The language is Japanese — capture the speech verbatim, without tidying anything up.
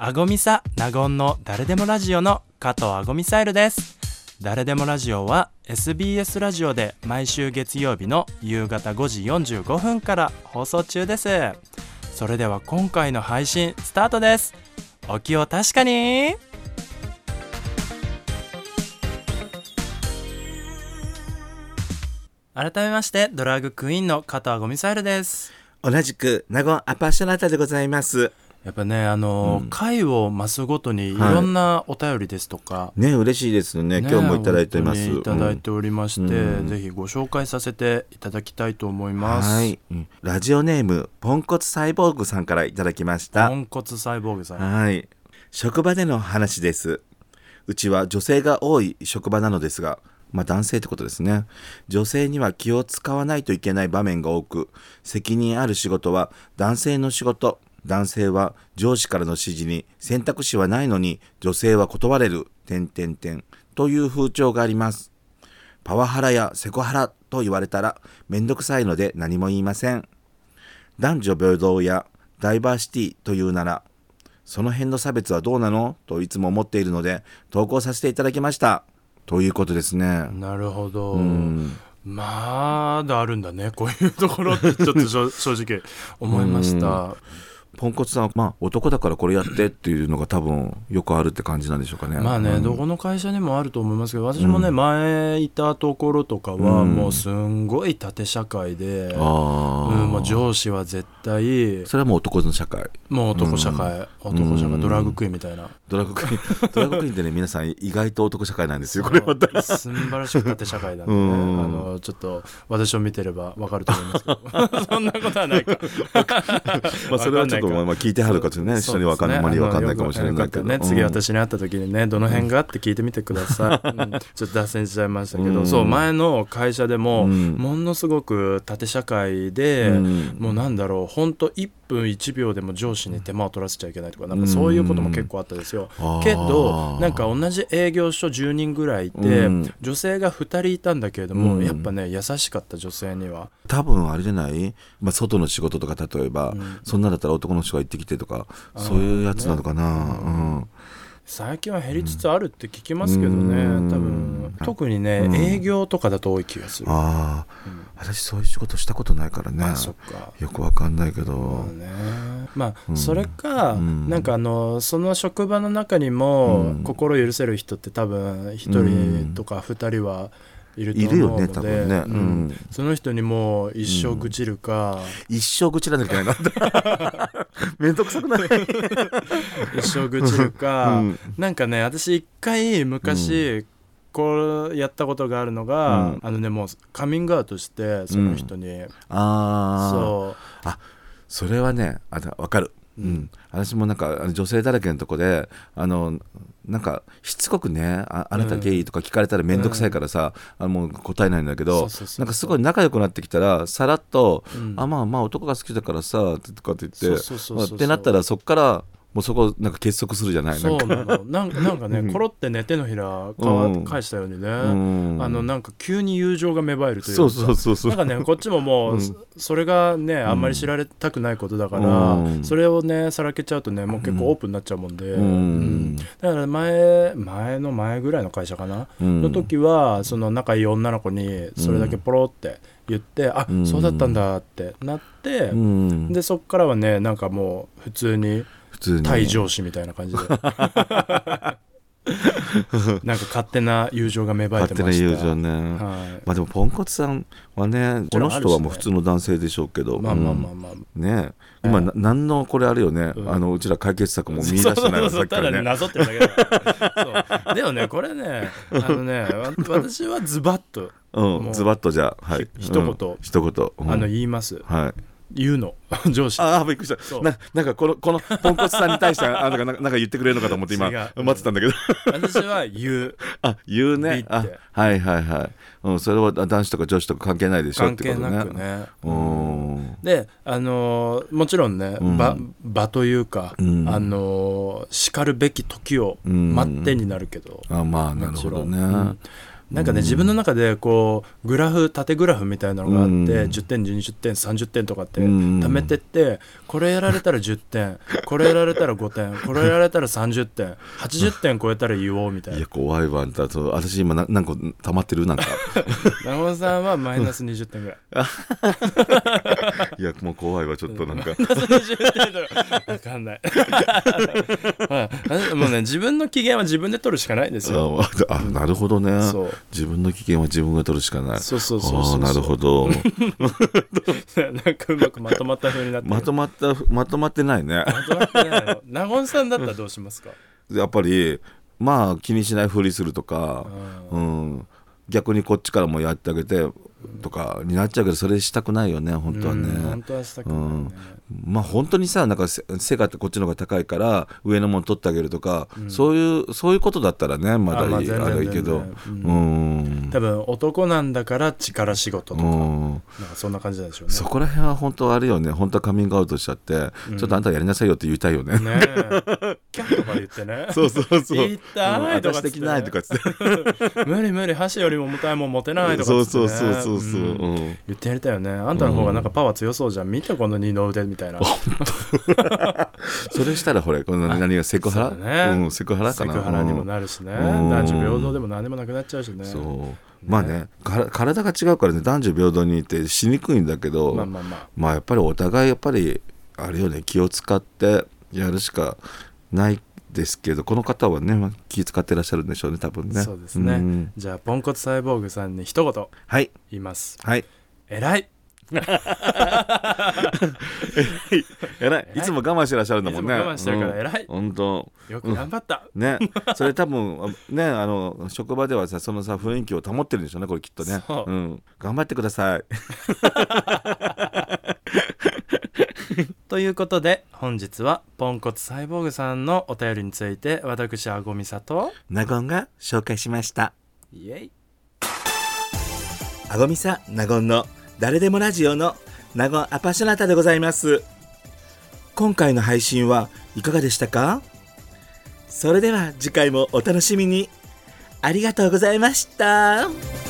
あごみさなごんの誰でもラジオの加藤あごみサイルです。誰でもラジオは エスビーエス ラジオで毎週月曜日の夕方ごじよんじゅうごふんから放送中です。それでは今回の配信スタートです。お気を確かに。改めましてドラッグクイーンの加藤あごみサイルです。 同じく納言アパッショナータでございます。 やっぱねあの、うん、回を増すごとにいろんなお便りですとか、 はい、ね嬉しいですね。今日もいただいております。 いただいておりまして、うん、ぜひご紹介させていただきたいと思います。 はい、うん、ラジオネームポンコツサイボーグさんからいただきました。 ポンコツサイボーグさん、 はい、職場での話です。うちは女性が多い職場なのですが、まあ男性ってことですね。女性には気を使わないといけない場面が多く、責任ある仕事は男性の仕事。男性は上司からの指示に選択肢はないのに女性は断れる点点点という風潮があります。パワハラやセクハラと言われたらめんどくさいので何も言いません。男女平等やダイバーシティというならその辺の差別はどうなのといつも思っているので投稿させていただきましたということですね。 なるほど。 うん、 まだあるんだねこういうところってちょっと正直思いました。 ポンコツさんは、まあ、男だからこれやってっていうのが多分よくあるって感じなんでしょうかね。 まあね、うん、どこの会社にもあると思いますけど、私もね、うん、前いたところとかはもうすんごい縦社会で、うん、もう上司は絶対それはもう男の社会、 もう男社会、うん、男社会、ドラッグクイーンみたいな。 ドラッグクイーンドラッグクイーンってね皆さん意外と男社会なんですよ。これまた素晴らしく縦社会なんでね、うん、あのちょっと私を見てれば分かると思いますけどそんなことはないかまあそれはちょっとまあ聞いてはるかとね、人に分かんない、あまり分かんないかもしれないけど、 ね、次私に会った時にねどの辺がって聞いてみてください、うん、ちょっと脱線しちゃいましたけど、うん、そう前の会社でも、うん、ものすごく縦社会で、うん、もうなんだろう本当いっぷんいちびょうでも上司に手間を取らせちゃいけないとか、なんかそういうことも結構あったですよ、うん、けどなんか同じ営業所じゅうにんぐらいいて、うん、女性がふたりいたんだけれども、うん、やっぱね優しかった女性には。 多分あれじゃない、まあ、外の仕事とか例えば、うん、そんなだったら男の人が行ってきてとかそういうやつなのかな、ね、うんうん、 最近は減りつつあるって聞きますけどね、うん、多分特にね、うん、営業とかだと多い気がする。 あ、うん、私そういう仕事したことないからね、 そっかよくわかんないけど、 まあね、まあうん、それか、うん、なんかあのその職場の中にも心許せる人って多分ひとりとかふたりはいると思うので、いるよね多分ね、うん、その人にもう一生愚痴るか、 うん、一生愚痴らなきゃいけないなめんどくさくない一生愚痴るか、うん、なんかね私一回昔、うん、こうやったことがあるのが、うん、あのねもうカミングアウトしてその人に、うん、 あそうあそれはねあ分かる、うん、私もなんか女性だらけのとこであのなんかしつこくね あ, あなたゲイとか聞かれたらめんどくさいからさ、うん、あもう答えないんだけど、なんかすごい仲良くなってきたらさらっと、うん、あまあまあ男が好きだからさとかって言ってってなったらそっからもうそこなんか結束するじゃない。 そうなのなんかなんかね、うん、コロってね手のひら返したようにね、うん、あのなんか急に友情が芽生えるというか、 そうそうそうそう、 なんかねこっちももう、うん、それがねあんまり知られたくないことだから、うん、それをねさらけちゃうとねもう結構オープンになっちゃうもんで、うんうん、だから前前の前ぐらいの会社かな、うん、の時はその仲いい女の子にそれだけポロって言って、うん、あ、うん、そうだったんだってなって、うん、でそっからはねなんかもう普通に対上司みたいな感じでなんか勝手な友情が芽生えてました。 勝手な友情ね、はい、まあでもポンコツさんはねこの人はもう普通の男性でしょうけど、まあまあまあまあ、うん、ね今、はい、何のこれあるよね、うん、あのうちら解決策も見出してないわさっきからね、 ただなぞってるだけだそうでもねこれねあのね私はズバッと、 うん、ズバッとじゃあ、はい、 一言、うん、 一言、うん、 あの言います、 はい、 言うの上司。 ああびっくりした。 な, なんかこのこのポンコツさんに対してあなんかなんか言ってくれるのかと思って今待ってたんだけど私は言うあ言うねあはいはいはい、うん、それは男子とか女子とか関係ないでしょってことね。 関係なくね、うん、であのー、もちろんね、うん、場, 場というか、うん、あのー、叱るべき時を待ってになるけど、 うん、あまあなるほどね、 うん、 なんかね、自分の中でこうグラフ縦グラフみたいなのがあって、うん、じゅってんにじゅってんさんじゅってんとかって貯めてって、これやられたらじゅってんこれやられたらごてんこれやられたらさんじゅってんはちじゅってん超えたら言おうみたいな。 いや怖いわ。あんた私今な何個溜まってるなんか長尾さんはマイナスにじゅってんぐらいいやもう怖いわちょっとなんかマイナスにじゅってんとか分かんないもうね自分の機嫌は自分で取るしかないんですよ。 ああなるほどね。自分の機嫌は自分が取るしかない。 そうそうそうそう。 あなるほどなんかうまくまとまった風になってる。 まとまったまとまってないね。 まとまってないの。ナゴンさんだったらどうしますか？ やっぱりまあ気にしないふりするとか、うん、逆にこっちからもやってあげてとかになっちゃうけど、それしたくないよね本当はね。 うん、本当はしたくないね。うんまあ本当にさなんか背がこっちの方が高いから上のもの取ってあげるとか、うん、そういうそういうことだったらねまだいい、あ、まあ、あれいいけど、うんうん、多分男なんだから力仕事とか、うん、なんかそんな感じなんでしょうね。 そこら辺は本当あるよね。本当はカミングアウトしちゃって、うん、ちょっとあんたやりなさいよって言いたいよね。 ねえキャッとか言ってねそうそうそう言ったいとかっつって、 うん、私できないとかっつって無理無理箸よりも重たいもん持てないとかっつって、ね、 そうそうそうそうそう、うん、 言ってやりたいよね。あんたの方がなんかパワー強そうじゃん、見てこの二の腕みたいなそれしたらほれこの何がセクハラ、ねうん、セクハラかな。 セクハラにもなるしね、男女平等でも何でもなくなっちゃうしね。 そうねまあね体が違うからね男女平等にいてしにくいんだけど、まあまあまあ、まあやっぱりお互いやっぱりあれよね気を使ってやるしかないですけど、この方はね、まあ、気使ってらっしゃるんでしょうね多分ね。 そうですね、うん、じゃあポンコツサイボーグさんに一言言います。 はい、 偉いえらいいつも我慢してらっしゃるんだもんね。 いつも我慢してるから偉い、 うん、本当よく頑張った、 うん、ねそれ多分ねあの職場ではさそのさ雰囲気を保ってるんでしょうねこれきっとね。う、うん、頑張ってくださいということで本日はポンコツサイボーグさんのお便りについて私あごみさとナゴンが紹介しました。 イエイ。 あごみさナゴンの誰でもラジオのナゴンアパショナタでございます。今回の配信はいかがでしたか？それでは次回もお楽しみに。ありがとうございました。